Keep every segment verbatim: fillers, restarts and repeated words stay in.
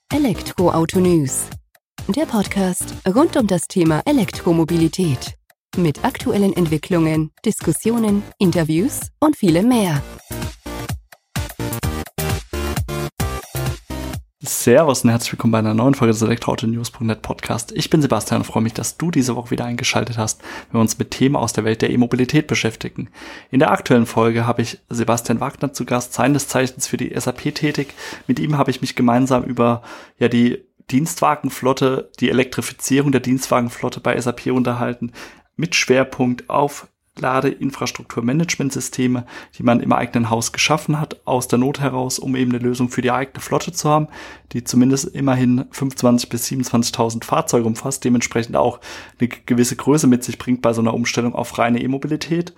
Elektroauto News, der Podcast rund um das Thema Elektromobilität. Mit aktuellen Entwicklungen, Diskussionen, Interviews und vielem mehr. Servus und herzlich willkommen bei einer neuen Folge des elektroautonews punkt net Podcast. Ich bin Sebastian und freue mich, dass du diese Woche wieder eingeschaltet hast, wenn wir uns mit Themen aus der Welt der E-Mobilität beschäftigen. In der aktuellen Folge habe ich Sebastian Wagner zu Gast, seines Zeichens für die S A P tätig. Mit ihm habe ich mich gemeinsam über ja die Dienstwagenflotte, die Elektrifizierung der Dienstwagenflotte bei S A P unterhalten, mit Schwerpunkt auf Ladeinfrastrukturmanagementsysteme, die man im eigenen Haus geschaffen hat, aus der Not heraus, um eben eine Lösung für die eigene Flotte zu haben, die zumindest immerhin fünfundzwanzigtausend bis siebenundzwanzigtausend Fahrzeuge umfasst, dementsprechend auch eine gewisse Größe mit sich bringt bei so einer Umstellung auf reine E-Mobilität.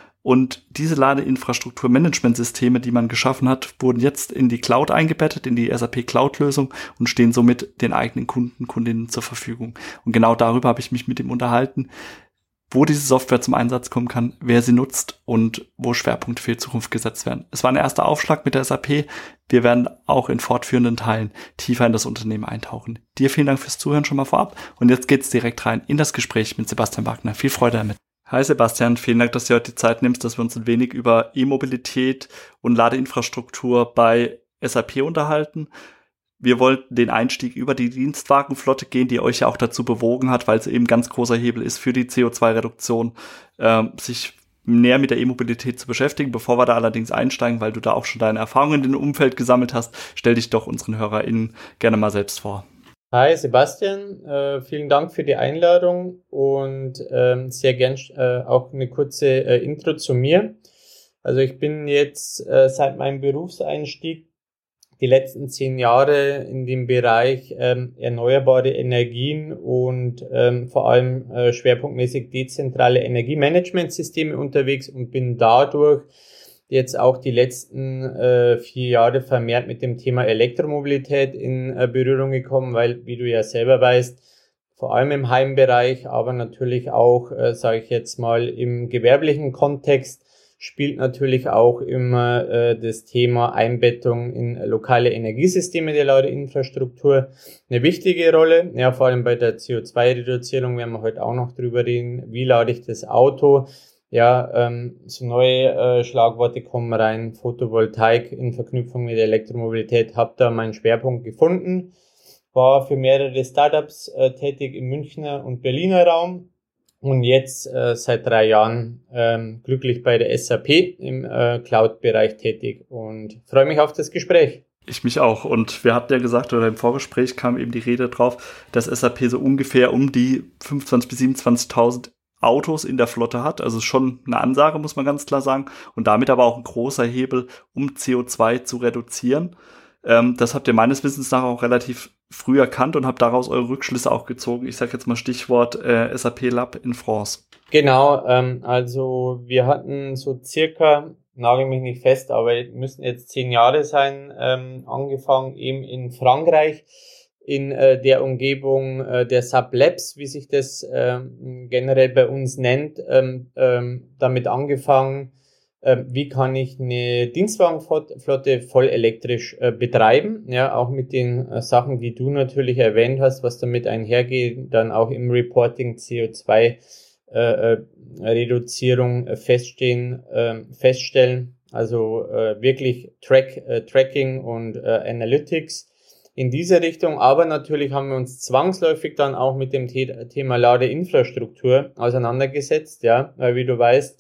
Und diese Ladeinfrastrukturmanagementsysteme, die man geschaffen hat, wurden jetzt in die Cloud eingebettet, in die S A P Cloud-Lösung und stehen somit den eigenen Kunden, Kundinnen zur Verfügung. Und genau darüber habe ich mich mit ihm unterhalten, wo diese Software zum Einsatz kommen kann, wer sie nutzt und wo Schwerpunkte für die Zukunft gesetzt werden. Es war ein erster Aufschlag mit der S A P. Wir werden auch in fortführenden Teilen tiefer in das Unternehmen eintauchen. Dir vielen Dank fürs Zuhören schon mal vorab. Und jetzt geht's direkt rein in das Gespräch mit Sebastian Wagner. Viel Freude damit. Hi Sebastian, vielen Dank, dass du heute die Zeit nimmst, dass wir uns ein wenig über E-Mobilität und Ladeinfrastruktur bei S A P unterhalten. Wir wollten den Einstieg über die Dienstwagenflotte gehen, die euch ja auch dazu bewogen hat, weil es eben ganz großer Hebel ist für die C O zwei Reduktion, äh, sich näher mit der E-Mobilität zu beschäftigen. Bevor wir da allerdings einsteigen, weil du da auch schon deine Erfahrungen in dem Umfeld gesammelt hast, stell dich doch unseren HörerInnen gerne mal selbst vor. Hi Sebastian, äh, vielen Dank für die Einladung und ähm, sehr gern äh, auch eine kurze äh, Intro zu mir. Also ich bin jetzt äh, seit meinem Berufseinstieg die letzten zehn Jahre in dem Bereich ähm, erneuerbare Energien und ähm, vor allem äh, schwerpunktmäßig dezentrale Energiemanagementsysteme unterwegs und bin dadurch jetzt auch die letzten äh, vier Jahre vermehrt mit dem Thema Elektromobilität in äh, Berührung gekommen, weil, wie du ja selber weißt, vor allem im Heimbereich, aber natürlich auch, äh, sage ich jetzt mal, im gewerblichen Kontext, spielt natürlich auch immer äh, das Thema Einbettung in lokale Energiesysteme der Ladeinfrastruktur eine wichtige Rolle. Ja, vor allem bei der C O zwei Reduzierung werden wir heute auch noch drüber reden. Wie lade ich das Auto? Ja, ähm, so neue äh, Schlagworte kommen rein. Photovoltaik in Verknüpfung mit Elektromobilität. Habe da meinen Schwerpunkt gefunden. War für mehrere Startups äh, tätig im Münchner und Berliner Raum. Und jetzt äh, seit drei Jahren ähm, glücklich bei der S A P im äh, Cloud-Bereich tätig und freue mich auf das Gespräch. Ich mich auch. Und wir hatten ja gesagt, oder im Vorgespräch kam eben die Rede drauf, dass S A P so ungefähr um die fünfundzwanzigtausend bis siebenundzwanzigtausend Autos in der Flotte hat. Also schon eine Ansage, muss man ganz klar sagen. Und damit aber auch ein großer Hebel, um C O zwei zu reduzieren. Ähm, das habt ihr meines Wissens nach auch relativ früh erkannt und habt daraus eure Rückschlüsse auch gezogen. Ich sage jetzt mal Stichwort äh, S A P Lab in France. Genau, ähm, also wir hatten so circa, nagel mich nicht fest, aber müssen jetzt zehn Jahre sein, ähm, angefangen eben in Frankreich, in äh, der Umgebung äh, der Sublabs, wie sich das ähm, generell bei uns nennt, ähm, ähm, damit angefangen, wie kann ich eine Dienstwagenflotte voll elektrisch äh, betreiben, ja, auch mit den äh, Sachen, die du natürlich erwähnt hast, was damit einhergeht, dann auch im Reporting C O zwei äh, Reduzierung äh, feststehen, äh, feststellen, also äh, wirklich Track, äh, Tracking und äh, Analytics in diese Richtung, aber natürlich haben wir uns zwangsläufig dann auch mit dem The- Thema Ladeinfrastruktur auseinandergesetzt, ja, weil wie du weißt,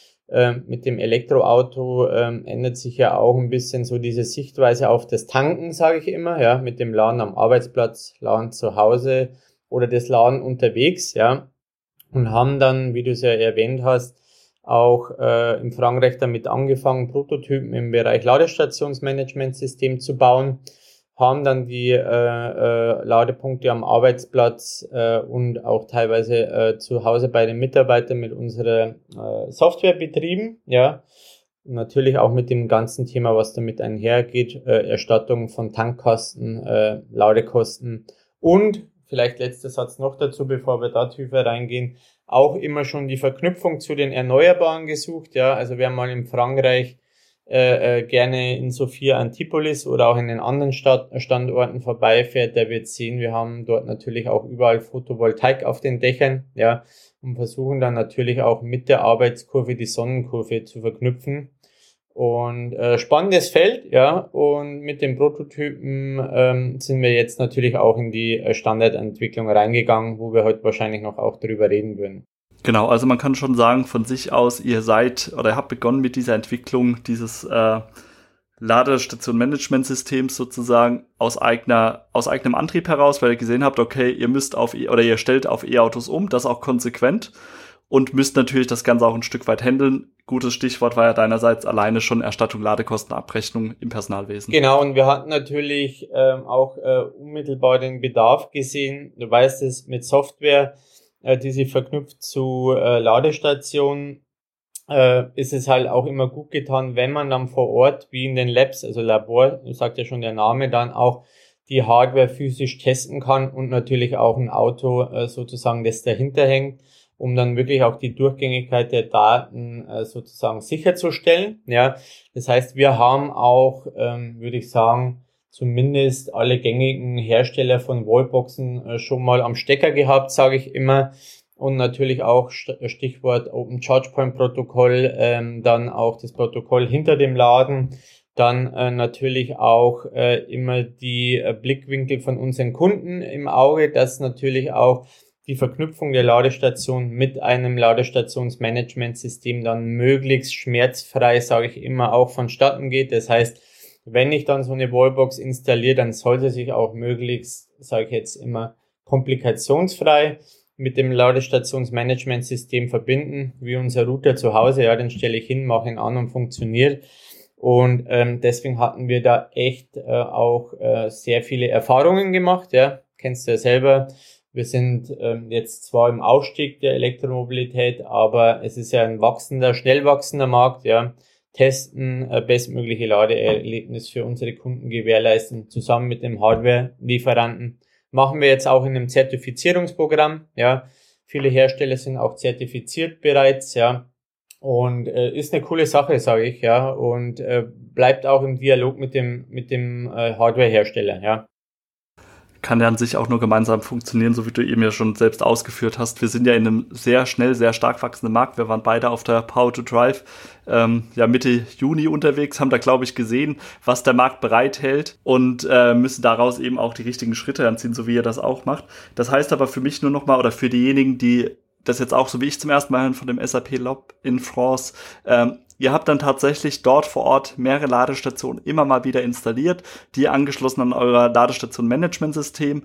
mit dem Elektroauto ähm, ändert sich ja auch ein bisschen so diese Sichtweise auf das Tanken, sage ich immer, ja, mit dem Laden am Arbeitsplatz, Laden zu Hause oder das Laden unterwegs, ja, und haben dann, wie du es ja erwähnt hast, auch äh, in Frankreich damit angefangen, Prototypen im Bereich Ladestationsmanagementsystem zu bauen, haben dann die äh, äh, Ladepunkte am Arbeitsplatz äh, und auch teilweise äh, zu Hause bei den Mitarbeitern mit unserer äh, Software betrieben, ja. Natürlich auch mit dem ganzen Thema, was damit einhergeht, äh, Erstattung von Tankkosten, äh, Ladekosten und, vielleicht letzter Satz noch dazu, bevor wir da tiefer reingehen, auch immer schon die Verknüpfung zu den Erneuerbaren gesucht, ja. Also wir haben mal in Frankreich äh, gerne in Sophia Antipolis oder auch in den anderen Stadt- Standorten vorbeifährt, der wird sehen, wir haben dort natürlich auch überall Photovoltaik auf den Dächern, ja, und versuchen dann natürlich auch mit der Arbeitskurve die Sonnenkurve zu verknüpfen. Und äh, spannendes Feld, ja, und mit den Prototypen ähm, sind wir jetzt natürlich auch in die äh, Standardentwicklung reingegangen, wo wir heute wahrscheinlich noch auch drüber reden würden. Genau, also man kann schon sagen, von sich aus, ihr seid oder ihr habt begonnen mit dieser Entwicklung dieses äh, Ladestation-Management-Systems sozusagen aus eigener, aus eigenem Antrieb heraus, weil ihr gesehen habt, okay, ihr müsst auf E- oder ihr stellt auf E-Autos um, das auch konsequent und müsst natürlich das Ganze auch ein Stück weit handeln. Gutes Stichwort war ja deinerseits alleine schon Erstattung, Ladekostenabrechnung im Personalwesen. Genau, und wir hatten natürlich ähm, auch äh, unmittelbar den Bedarf gesehen. Du weißt es, mit Software, äh, die sich verknüpft zu äh, Ladestationen, äh, ist es halt auch immer gut getan, wenn man dann vor Ort, wie in den Labs, also Labor, sagt ja schon der Name, dann auch die Hardware physisch testen kann und natürlich auch ein Auto äh, sozusagen, das dahinter hängt, um dann wirklich auch die Durchgängigkeit der Daten äh, sozusagen sicherzustellen. Ja, das heißt, wir haben auch, ähm, würde ich sagen, zumindest alle gängigen Hersteller von Wallboxen äh, schon mal am Stecker gehabt, sage ich immer. Und natürlich auch Stichwort Open Charge Point Protokoll, ähm, dann auch das Protokoll hinter dem Laden. Dann äh, natürlich auch äh, immer die äh, Blickwinkel von unseren Kunden im Auge, dass natürlich auch die Verknüpfung der Ladestation mit einem Ladestationsmanagementsystem dann möglichst schmerzfrei, sage ich immer, auch vonstatten geht. Das heißt, wenn ich dann so eine Wallbox installiere, dann sollte sich auch möglichst, sage ich jetzt immer, komplikationsfrei mit dem Ladestationsmanagementsystem verbinden, wie unser Router zu Hause. Ja, den stelle ich hin, mache ihn an und funktioniert. Und ähm, deswegen hatten wir da echt äh, auch äh, sehr viele Erfahrungen gemacht. Ja, kennst du ja selber. Wir sind ähm, jetzt zwar im Aufstieg der Elektromobilität, aber es ist ja ein wachsender, schnell wachsender Markt. Ja, testen, äh, bestmögliche Ladeerlebnis für unsere Kunden gewährleisten, zusammen mit dem Hardware-Lieferanten. Machen wir jetzt auch in einem Zertifizierungsprogramm. Ja, viele Hersteller sind auch zertifiziert bereits. Ja, und äh, ist eine coole Sache, sage ich. Ja, und äh, bleibt auch im Dialog mit dem mit dem äh, Hardware-Hersteller. Ja. Kann ja an sich auch nur gemeinsam funktionieren, so wie du eben ja schon selbst ausgeführt hast. Wir sind ja in einem sehr schnell, sehr stark wachsenden Markt. Wir waren beide auf der Power to Drive ähm, ja Mitte Juni unterwegs, haben da, glaube ich, gesehen, was der Markt bereithält und äh, müssen daraus eben auch die richtigen Schritte anziehen, so wie ihr das auch macht. Das heißt aber für mich nur nochmal oder für diejenigen, die das jetzt auch so wie ich zum ersten Mal hören von dem S A P Lab in France, ähm, ihr habt dann tatsächlich dort vor Ort mehrere Ladestationen immer mal wieder installiert, die angeschlossen an euer Ladestation-Management-System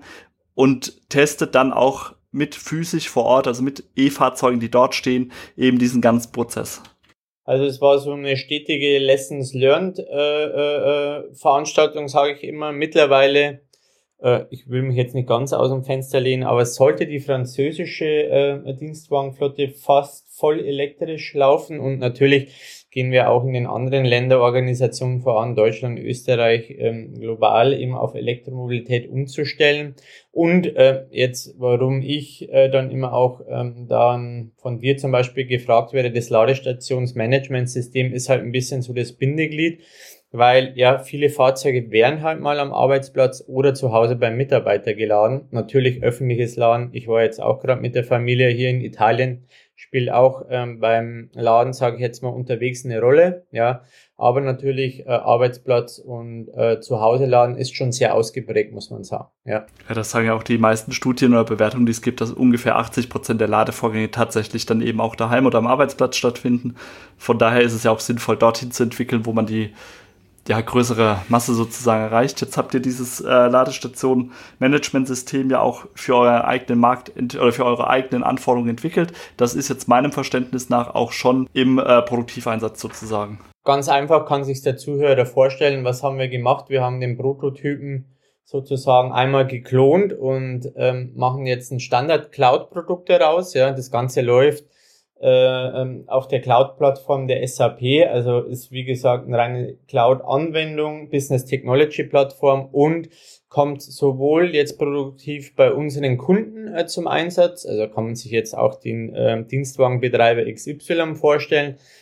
und testet dann auch mit physisch vor Ort, also mit E-Fahrzeugen, die dort stehen, eben diesen ganzen Prozess. Also es war so eine stetige Lessons Learned äh, äh, Veranstaltung, sage ich immer. Mittlerweile, äh, ich will mich jetzt nicht ganz aus dem Fenster lehnen, aber es sollte die französische äh, Dienstwagenflotte fast voll elektrisch laufen und natürlich gehen wir auch in den anderen Länderorganisationen voran, Deutschland, Österreich, ähm, global eben auf Elektromobilität umzustellen. Und äh, jetzt, warum ich äh, dann immer auch ähm, dann von dir zum Beispiel gefragt werde, das Ladestationsmanagementsystem ist halt ein bisschen so das Bindeglied, weil ja viele Fahrzeuge werden halt mal am Arbeitsplatz oder zu Hause beim Mitarbeiter geladen. Natürlich öffentliches Laden. Ich war jetzt auch gerade mit der Familie hier in Italien, spielt auch ähm, beim Laden, sage ich jetzt mal, unterwegs eine Rolle. Ja, aber natürlich äh, Arbeitsplatz und äh, Zuhause-Laden ist schon sehr ausgeprägt, muss man sagen. Ja. Ja, das sagen ja auch die meisten Studien oder Bewertungen, die es gibt, dass ungefähr achtzig Prozent der Ladevorgänge tatsächlich dann eben auch daheim oder am Arbeitsplatz stattfinden. Von daher ist es ja auch sinnvoll, dorthin zu entwickeln, wo man die ja, größere Masse sozusagen erreicht. Jetzt habt ihr dieses äh, Ladestation-Management-System ja auch für euren eigenen Markt ent- oder für eure eigenen Anforderungen entwickelt. Das ist jetzt meinem Verständnis nach auch schon im äh, Produktiveinsatz sozusagen. Ganz einfach kann sich der Zuhörer vorstellen, was haben wir gemacht? Wir haben den Prototypen sozusagen einmal geklont und ähm, machen jetzt ein Standard-Cloud-Produkt daraus. Ja, das Ganze läuft äh, auf der Cloud-Plattform der S A P, also ist wie gesagt eine reine Cloud-Anwendung, Business-Technology-Plattform und kommt sowohl jetzt produktiv bei unseren Kunden äh, zum Einsatz, also kann man sich jetzt auch den äh, Dienstwagenbetreiber X Y vorstellen,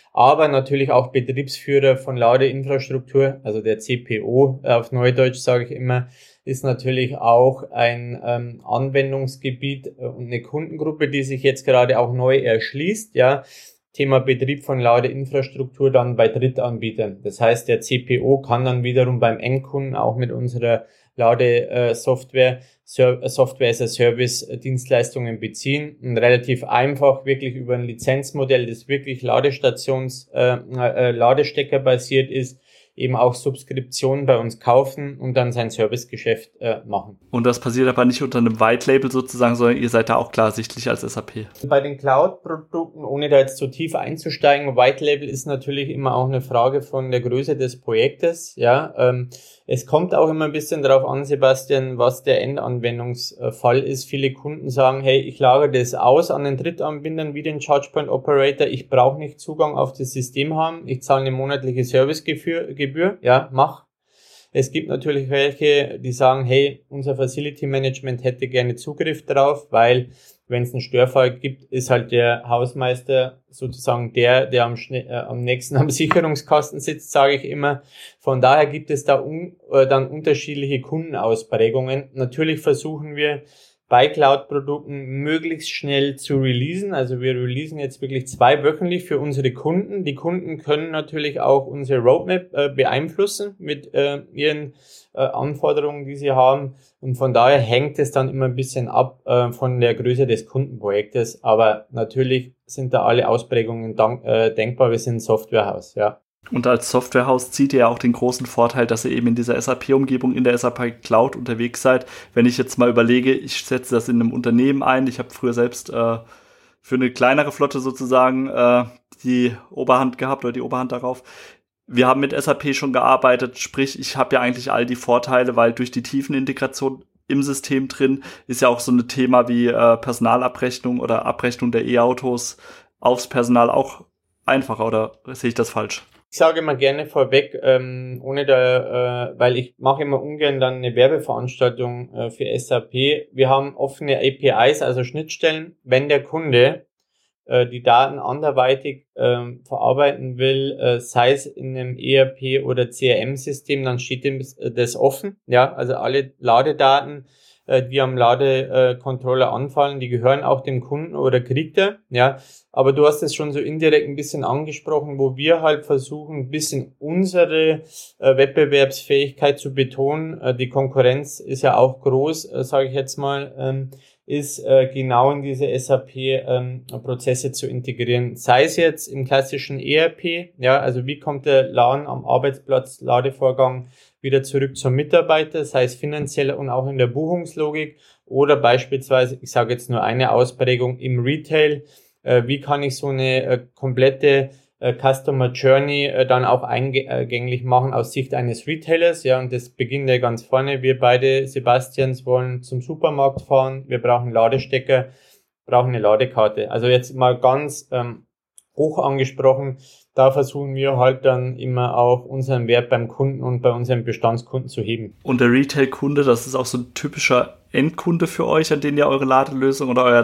aber natürlich auch Betriebsführer von Ladeinfrastruktur, also der C P O, auf Neudeutsch sage ich immer, ist natürlich auch ein ähm, Anwendungsgebiet und eine Kundengruppe, die sich jetzt gerade auch neu erschließt, ja. Thema Betrieb von Ladeinfrastruktur dann bei Drittanbietern. Das heißt, der C P O kann dann wiederum beim Endkunden auch mit unserer Ladesoftware, Software as a Service Dienstleistungen beziehen und relativ einfach wirklich über ein Lizenzmodell, das wirklich Ladestations, äh, äh, Ladestecker basiert ist, eben auch Subskriptionen bei uns kaufen und dann sein Servicegeschäft äh, machen. Und das passiert aber nicht unter einem White Label sozusagen, sondern ihr seid da auch klar ersichtlich als S A P. Bei den Cloud-Produkten, ohne da jetzt zu tief einzusteigen, White Label ist natürlich immer auch eine Frage von der Größe des Projektes. Ja, ähm, es kommt auch immer ein bisschen darauf an, Sebastian, was der Endanwendungsfall ist. Viele Kunden sagen, hey, ich lagere das aus an den Drittanbietern wie den ChargePoint Operator. Ich brauche nicht Zugang auf das System haben. Ich zahle eine monatliche Servicegebühr. Gebühr. Ja, mach. Es gibt natürlich welche, die sagen, hey, unser Facility Management hätte gerne Zugriff drauf, weil wenn es einen Störfall gibt, ist halt der Hausmeister sozusagen der, der am, Schne- äh, am nächsten am Sicherungskasten sitzt, sage ich immer. Von daher gibt es da un- äh, dann unterschiedliche Kundenausprägungen. Natürlich versuchen wir bei Cloud-Produkten möglichst schnell zu releasen. Also wir releasen jetzt wirklich zweiwöchentlich für unsere Kunden. Die Kunden können natürlich auch unsere Roadmap äh, beeinflussen mit äh, ihren äh, Anforderungen, die sie haben. Und von daher hängt es dann immer ein bisschen ab äh, von der Größe des Kundenprojektes. Aber natürlich sind da alle Ausprägungen dank, äh, denkbar. Wir sind ein Softwarehaus, ja. Und als Softwarehaus zieht ihr ja auch den großen Vorteil, dass ihr eben in dieser S A P-Umgebung, in der S A P Cloud unterwegs seid. Wenn ich jetzt mal überlege, ich setze das in einem Unternehmen ein, ich habe früher selbst äh, für eine kleinere Flotte sozusagen äh, die Oberhand gehabt oder die Oberhand darauf. Wir haben mit S A P schon gearbeitet, sprich, ich habe ja eigentlich all die Vorteile, weil durch die Tiefenintegration im System drin ist ja auch so ein Thema wie äh, Personalabrechnung oder Abrechnung der E-Autos aufs Personal auch einfacher, oder sehe ich das falsch? Ich sage immer gerne vorweg, ähm, ohne da, äh, weil ich mache immer ungern dann eine Werbeveranstaltung äh, für S A P. Wir haben offene A P Is, also Schnittstellen. Wenn der Kunde äh, die Daten anderweitig äh, verarbeiten will, äh, sei es in einem E R P oder C R M-System, dann steht ihm das offen. Ja, also alle Ladedaten, äh, die am Ladecontroller äh, anfallen, die gehören auch dem Kunden oder kriegt er. Ja, aber du hast es schon so indirekt ein bisschen angesprochen, wo wir halt versuchen, ein bisschen unsere äh, Wettbewerbsfähigkeit zu betonen. Äh, die Konkurrenz ist ja auch groß, äh, sage ich jetzt mal, ähm, ist äh, genau in diese S A P-Prozesse ähm, zu integrieren. Sei es jetzt im klassischen E R P, ja, also wie kommt der Laden am Arbeitsplatz, Ladevorgang wieder zurück zum Mitarbeiter, sei es finanziell und auch in der Buchungslogik, oder beispielsweise, ich sage jetzt nur eine Ausprägung im Retail, äh, wie kann ich so eine äh, komplette äh, Customer Journey äh, dann auch eingänglich machen aus Sicht eines Retailers, ja, und das beginnt ja ganz vorne. Wir beide, Sebastians, wollen zum Supermarkt fahren, wir brauchen Ladestecker, brauchen eine Ladekarte. Also jetzt mal ganz ähm, hoch angesprochen, da versuchen wir halt dann immer auch unseren Wert beim Kunden und bei unseren Bestandskunden zu heben. Und der Retail-Kunde, das ist auch so ein typischer Endkunde für euch, an den ihr eure Ladelösung oder euer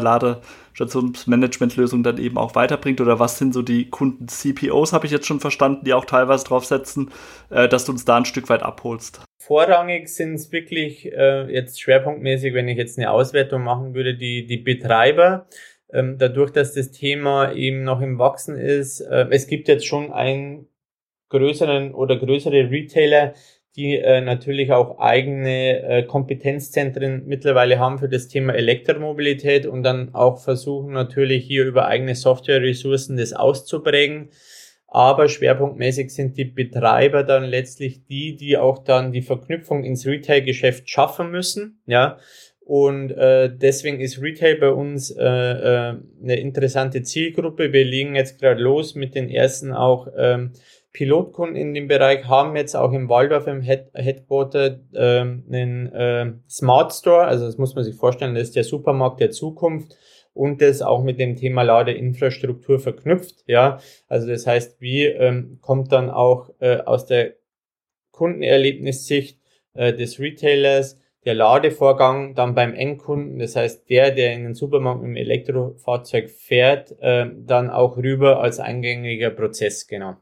Ladestationsmanagement-Lösung dann eben auch weiterbringt? Oder was sind so die Kunden-C P Os, habe ich jetzt schon verstanden, die auch teilweise drauf setzen, äh, dass du uns da ein Stück weit abholst? Vorrangig sind es wirklich äh, jetzt schwerpunktmäßig, wenn ich jetzt eine Auswertung machen würde, die, die Betreiber. Ähm, dadurch, dass das Thema eben noch im Wachsen ist, äh, es gibt jetzt schon einen größeren oder größere Retailer, die äh, natürlich auch eigene äh, Kompetenzzentren mittlerweile haben für das Thema Elektromobilität und dann auch versuchen natürlich hier über eigene Software-Ressourcen das auszuprägen. Aber schwerpunktmäßig sind die Betreiber dann letztlich die, die auch dann die Verknüpfung ins Retail-Geschäft schaffen müssen, ja. Und äh, deswegen ist Retail bei uns äh, äh, eine interessante Zielgruppe. Wir legen jetzt gerade los mit den ersten auch ähm, Pilotkunden in dem Bereich, haben jetzt auch im Waldorf im Head Headquarter ähm, einen äh, Smart Store, also das muss man sich vorstellen, das ist der Supermarkt der Zukunft und das auch mit dem Thema Ladeinfrastruktur verknüpft. Ja, also das heißt, wie ähm, kommt dann auch äh, aus der Kundenerlebnissicht äh, des Retailers der Ladevorgang dann beim Endkunden, das heißt der, der in den Supermarkt mit dem Elektrofahrzeug fährt, äh, dann auch rüber als eingängiger Prozess, genau.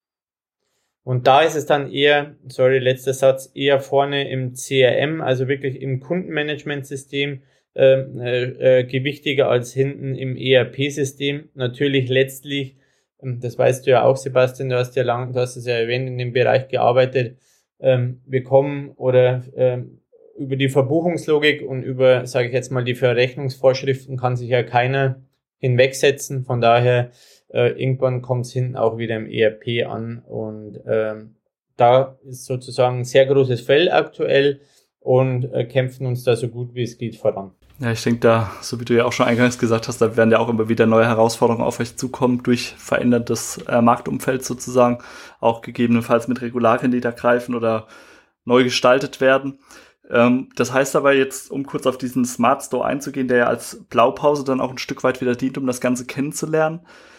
Und da ist es dann eher, sorry, letzter Satz, eher vorne im C R M, also wirklich im Kundenmanagementsystem, äh, äh, gewichtiger als hinten im E R P-System. Natürlich letztlich, das weißt du ja auch, Sebastian, du hast ja lang, du hast es ja erwähnt, in dem Bereich gearbeitet, ähm, wir kommen oder ähm, über die Verbuchungslogik und über, sage ich jetzt mal, die Verrechnungsvorschriften kann sich ja keiner hinwegsetzen. Von daher, äh, irgendwann kommt es hinten auch wieder im E R P an. Und ähm, da ist sozusagen ein sehr großes Feld aktuell und äh, kämpfen uns da so gut wie es geht voran. Ja, ich denke da, so wie du ja auch schon eingangs gesagt hast, da werden ja auch immer wieder neue Herausforderungen auf euch zukommen durch verändertes äh, Marktumfeld sozusagen, auch gegebenenfalls mit Regularien, die da greifen oder neu gestaltet werden. Ähm, das heißt aber jetzt, um kurz auf diesen Smart Store einzugehen, der ja als Blaupause dann auch ein Stück weit wieder dient, um das Ganze kennenzulernen.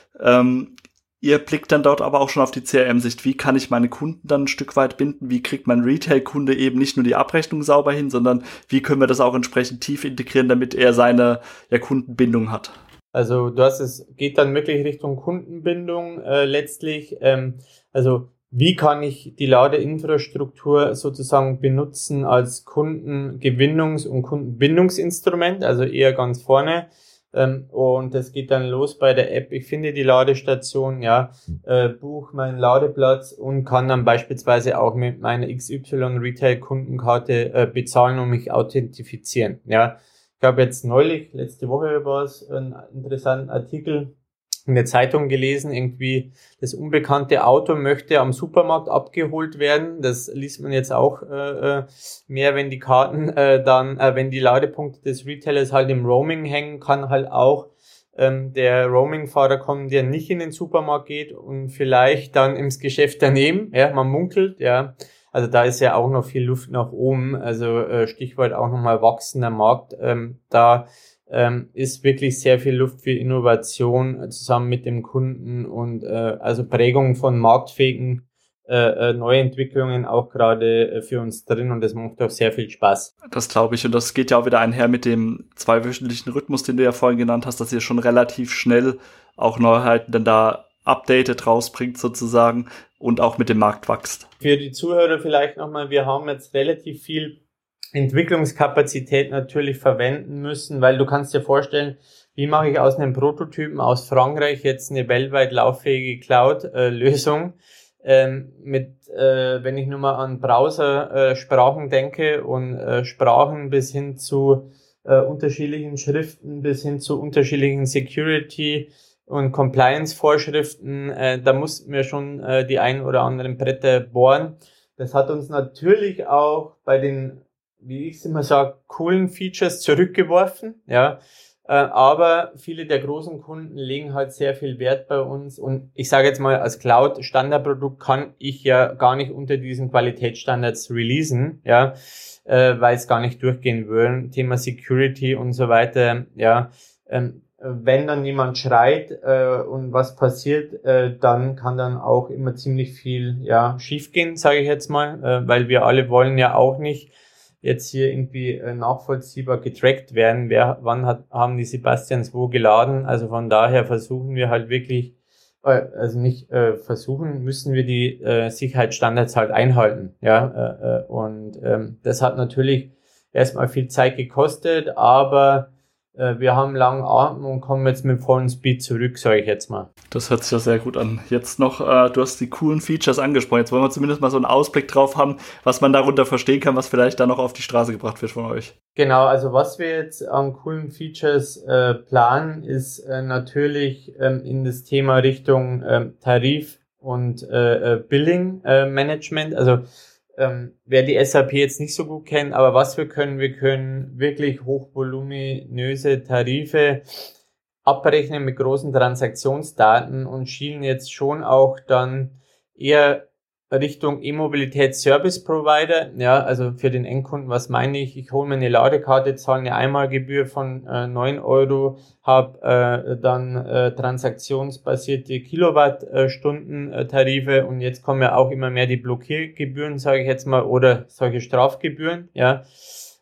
Ähm, Ihr blickt dann dort aber auch schon auf die C R M-Sicht. Wie kann ich meine Kunden dann ein Stück weit binden? Wie kriegt mein Retail-Kunde eben nicht nur die Abrechnung sauber hin, sondern wie können wir das auch entsprechend tief integrieren, damit er seine ja, Kundenbindung hat? Also du hast es, geht dann wirklich Richtung Kundenbindung äh, letztlich. Ähm, also wie kann ich die Ladeinfrastruktur sozusagen benutzen als Kundengewinnungs- und Kundenbindungsinstrument, also eher ganz vorne. Ähm, und das geht dann los bei der App. Ich finde die Ladestation, ja, äh, buche meinen Ladeplatz und kann dann beispielsweise auch mit meiner X Y Retail-Kundenkarte äh, bezahlen und mich authentifizieren. Ja, ich habe jetzt neulich, letzte Woche war es, einen interessanten Artikel in der Zeitung gelesen, irgendwie das unbekannte Auto möchte am Supermarkt abgeholt werden. Das liest man jetzt auch äh, mehr, wenn die Karten äh, dann, äh, wenn die Ladepunkte des Retailers halt im Roaming hängen, kann halt auch ähm, der Roaming-Fahrer kommen, der nicht in den Supermarkt geht und vielleicht dann ins Geschäft daneben. Ja, man munkelt, ja. Also da ist ja auch noch viel Luft nach oben. Also äh, Stichwort auch nochmal wachsender Markt. Ähm, da ähm, ist wirklich sehr viel Luft für Innovation äh, zusammen mit dem Kunden und äh, also Prägung von marktfähigen äh, äh, Neuentwicklungen auch gerade äh, für uns drin und das macht auch sehr viel Spaß. Das glaube ich und das geht ja auch wieder einher mit dem zweiwöchentlichen Rhythmus, den du ja vorhin genannt hast, dass ihr schon relativ schnell auch Neuheiten dann da updated rausbringt sozusagen und auch mit dem Markt wächst. Für die Zuhörer vielleicht nochmal, wir haben jetzt relativ viel Entwicklungskapazität natürlich verwenden müssen, weil du kannst dir vorstellen, wie mache ich aus einem Prototypen aus Frankreich jetzt eine weltweit lauffähige Cloud-Lösung ähm, mit, äh, wenn ich nur mal an Browser-Sprachen äh, denke und äh, Sprachen bis hin zu äh, unterschiedlichen Schriften, bis hin zu unterschiedlichen Security- und Compliance-Vorschriften, äh, da mussten wir schon äh, die ein oder anderen Bretter bohren. Das hat uns natürlich auch bei den, wie ich es immer sage, coolen Features zurückgeworfen, ja. Äh, aber viele der großen Kunden legen halt sehr viel Wert bei uns und ich sage jetzt mal, als Cloud-Standardprodukt kann ich ja gar nicht unter diesen Qualitätsstandards releasen, ja, äh, weil es gar nicht durchgehen würde. Thema Security und so weiter, ja. Ähm, wenn dann jemand schreit äh, und was passiert, äh, dann kann dann auch immer ziemlich viel ja schiefgehen, sage ich jetzt mal, äh, weil wir alle wollen ja auch nicht jetzt hier irgendwie äh, nachvollziehbar getrackt werden, wer wann hat haben die Sebastians wo geladen. Also von daher versuchen wir halt wirklich, äh, also nicht äh, versuchen, müssen wir die äh, Sicherheitsstandards halt einhalten, ja. Äh, äh, und ähm, das hat natürlich erstmal viel Zeit gekostet, aber wir haben langen Atem und kommen jetzt mit vollem Speed zurück, sage ich jetzt mal. Das hört sich ja sehr gut an. Jetzt noch, äh, du hast die coolen Features angesprochen. Jetzt wollen wir zumindest mal so einen Ausblick drauf haben, was man darunter verstehen kann, was vielleicht da noch auf die Straße gebracht wird von euch. Genau, also was wir jetzt an coolen Features äh, planen, ist äh, natürlich ähm, in das Thema Richtung ähm, Tarif und äh, Billing äh, Management. Also Ähm, wer die S A P jetzt nicht so gut kennt, aber was wir können, wir können wirklich hochvoluminöse Tarife abrechnen mit großen Transaktionsdaten und schielen jetzt schon auch dann eher Richtung E-Mobilität Service Provider, ja, also für den Endkunden, was meine ich? Ich hole mir eine Ladekarte, zahle eine Einmalgebühr von äh, neun Euro, habe äh, dann äh, transaktionsbasierte Kilowattstunden-Tarife äh, und jetzt kommen ja auch immer mehr die Blockiergebühren, sage ich jetzt mal, oder solche Strafgebühren, ja.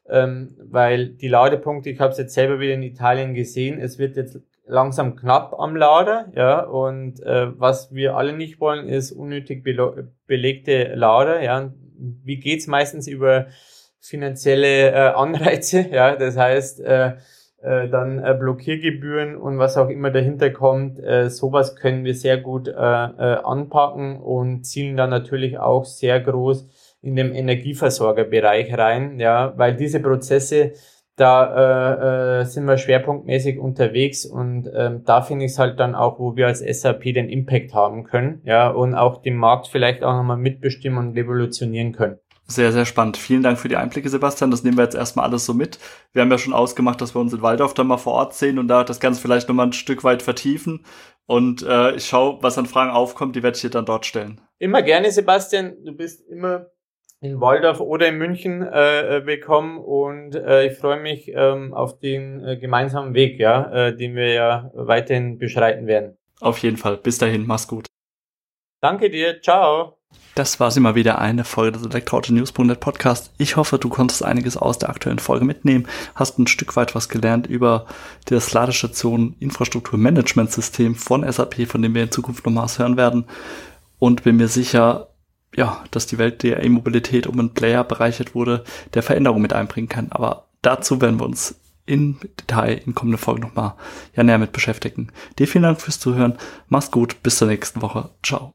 ähm, weil die Ladepunkte, ich habe es jetzt selber wieder in Italien gesehen, es wird jetzt langsam knapp am Lader, ja, und äh, was wir alle nicht wollen, ist unnötig belo- belegte Lader, ja. Wie geht's meistens über finanzielle äh, Anreize, ja, das heißt, äh, äh, dann äh, Blockiergebühren und was auch immer dahinter kommt, äh, sowas können wir sehr gut äh, äh, anpacken und zielen dann natürlich auch sehr groß in dem Energieversorgerbereich rein, ja, weil diese Prozesse, da äh, äh, sind wir schwerpunktmäßig unterwegs und ähm, da finde ich es halt dann auch, wo wir als S A P den Impact haben können, ja, und auch den Markt vielleicht auch nochmal mitbestimmen und revolutionieren können. Sehr, sehr spannend. Vielen Dank für die Einblicke, Sebastian. Das nehmen wir jetzt erstmal alles so mit. Wir haben ja schon ausgemacht, dass wir uns in Walldorf dann mal vor Ort sehen und da das Ganze vielleicht nochmal ein Stück weit vertiefen. Und äh, ich schaue, was an Fragen aufkommt, die werde ich dir dann dort stellen. Immer gerne, Sebastian. Du bist immer in Walldorf oder in München äh, willkommen und äh, ich freue mich ähm, auf den äh, gemeinsamen Weg, ja, äh, den wir ja weiterhin beschreiten werden. Auf jeden Fall. Bis dahin. Mach's gut. Danke dir. Ciao. Das war immer wieder eine Folge des Elektroauto-News punkt net Podcast. Ich hoffe, du konntest einiges aus der aktuellen Folge mitnehmen, hast ein Stück weit was gelernt über das Ladestation-Infrastruktur-Management-System von S A P, von dem wir in Zukunft nochmal was hören werden. Und bin mir sicher, ja, dass die Welt der E-Mobilität um einen Player bereichert wurde, der Veränderung mit einbringen kann. Aber dazu werden wir uns im Detail in kommenden Folgen nochmal ja, näher mit beschäftigen. Dir vielen Dank fürs Zuhören. Mach's gut. Bis zur nächsten Woche. Ciao.